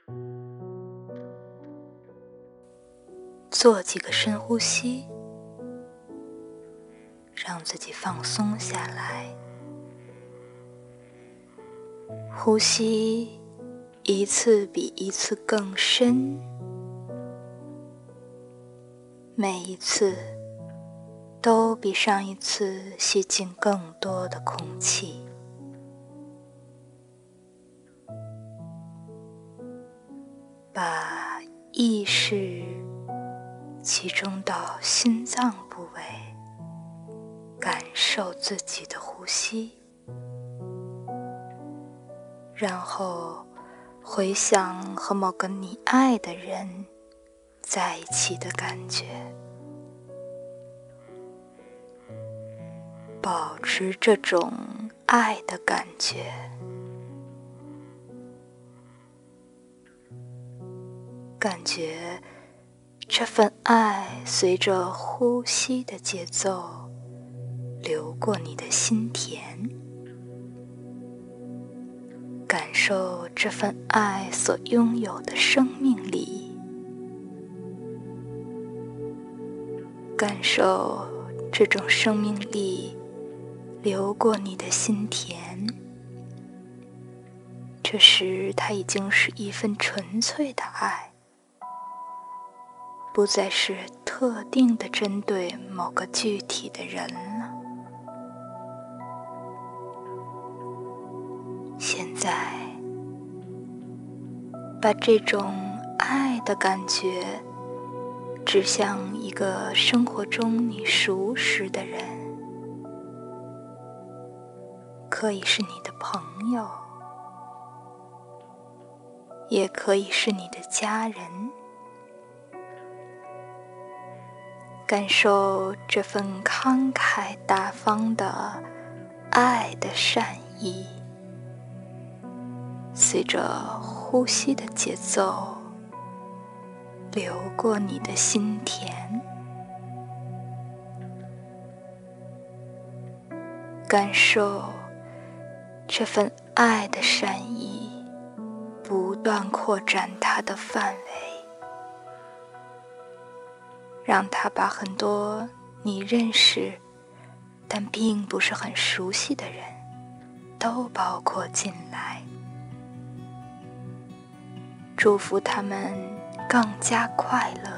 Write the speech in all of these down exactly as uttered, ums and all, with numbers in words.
做几个深呼吸，让自己放松下来。呼吸一次比一次更深，每一次都比上一次吸进更多的空气。把意识集中到心脏部位，感受自己的呼吸，然后回想和某个你爱的人在一起的感觉，保持这种爱的感觉。感觉这份爱随着呼吸的节奏流过你的心田，感受这份爱所拥有的生命力，感受这种生命力流过你的心田。这时它已经是一份纯粹的爱，不再是特定的针对某个具体的人了。现在，把这种爱的感觉指向一个生活中你熟识的人，可以是你的朋友，也可以是你的家人。感受这份慷慨大方的爱的善意，随着呼吸的节奏流过你的心田，感受这份爱的善意不断扩展它的范围，让它把很多你认识但并不是很熟悉的人都包括进来，祝福他们更加快乐，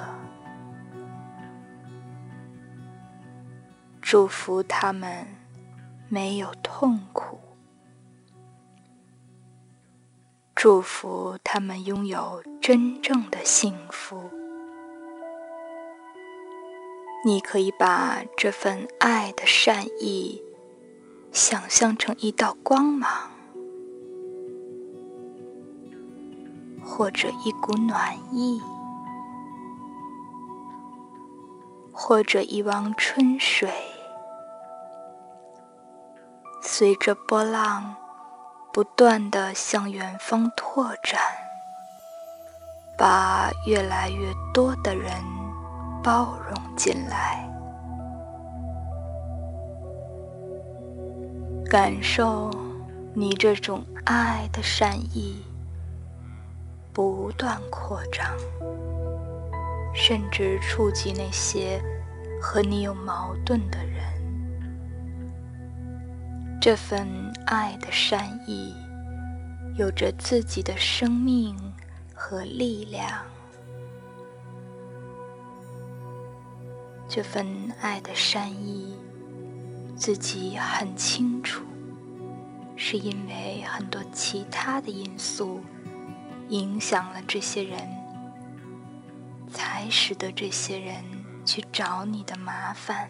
祝福他们没有痛苦，祝福他们拥有真正的幸福。你可以把这份爱的善意想象成一道光芒，或者一股暖意，或者一汪春水，随着波浪不断地向远方拓展，把越来越多的人包容进来。感受你这种爱的善意不断扩张，甚至触及那些和你有矛盾的人。这份爱的善意有着自己的生命和力量，这份爱的善意自己很清楚，是因为很多其他的因素影响了这些人，才使得这些人去找你的麻烦。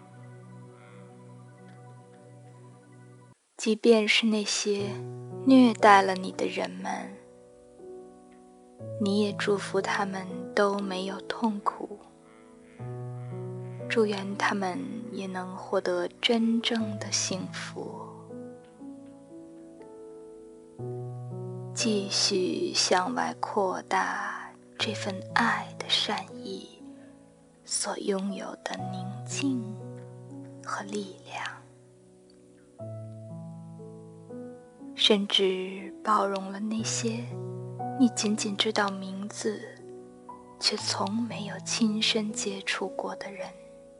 即便是那些虐待了你的人们，你也祝福他们都没有痛苦，祝愿他们也能获得真正的幸福。继续向外扩大这份爱的善意所拥有的宁静和力量，甚至包容了那些你仅仅知道名字，却从没有亲身接触过的人。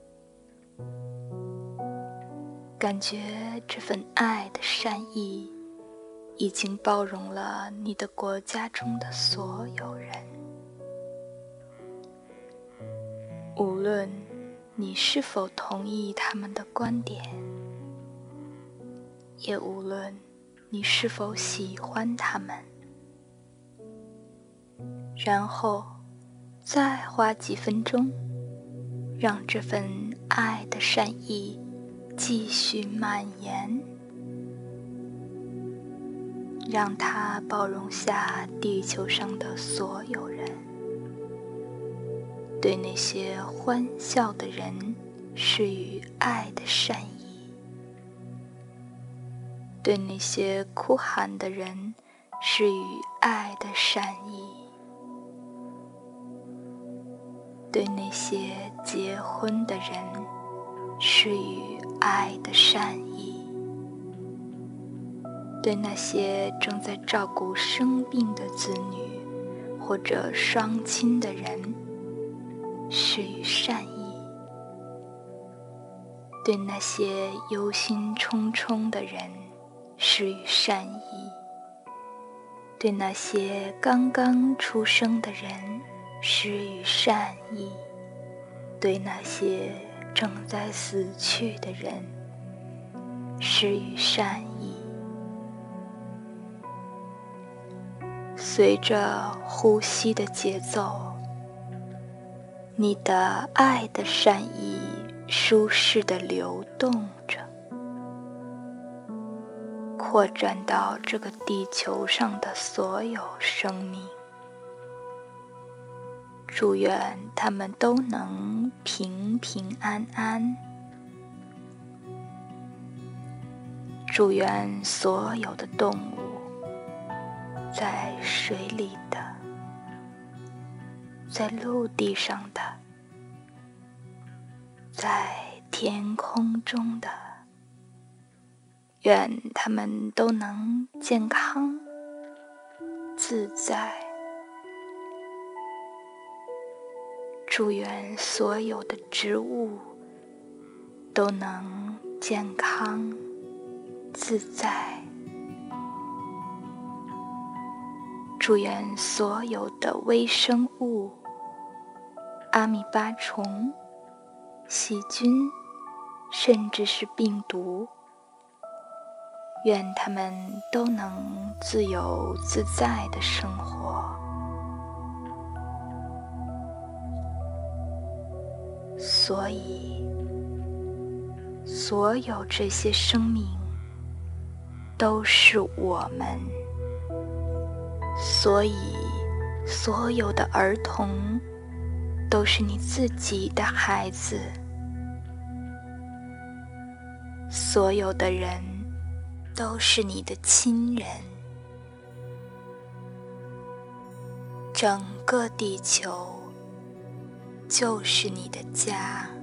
感觉这份爱的善意已经包容了你的国家中的所有人，无论你是否同意他们的观点，也无论你是否喜欢他们，然后再花几分钟，让这份爱的善意继续蔓延，让它包容下地球上的所有人。对那些欢笑的人施予爱的善意，对那些哭喊的人施予爱的善意，对那些结婚的人施予爱的善意，对那些正在照顾生病的子女或者双亲的人施予善意，对那些忧心忡忡的人施予善意，对那些刚刚出生的人施予善意，对那些正在死去的人施予善意。随着呼吸的节奏，你的爱的善意舒适地流动着，扩展到这个地球上的所有生命。祝愿他们都能平平安安，祝愿所有的动物，在水里的，在陆地上的，在天空中的，愿他们都能健康自在。祝愿所有的植物都能健康自在。祝愿所有的微生物、阿米巴虫、细菌，甚至是病毒，愿它们都能自由自在地生活。所以，所有这些生命都是我们。所以，所有的儿童都是你自己的孩子，所有的人都是你的亲人，整个地球就是你的家。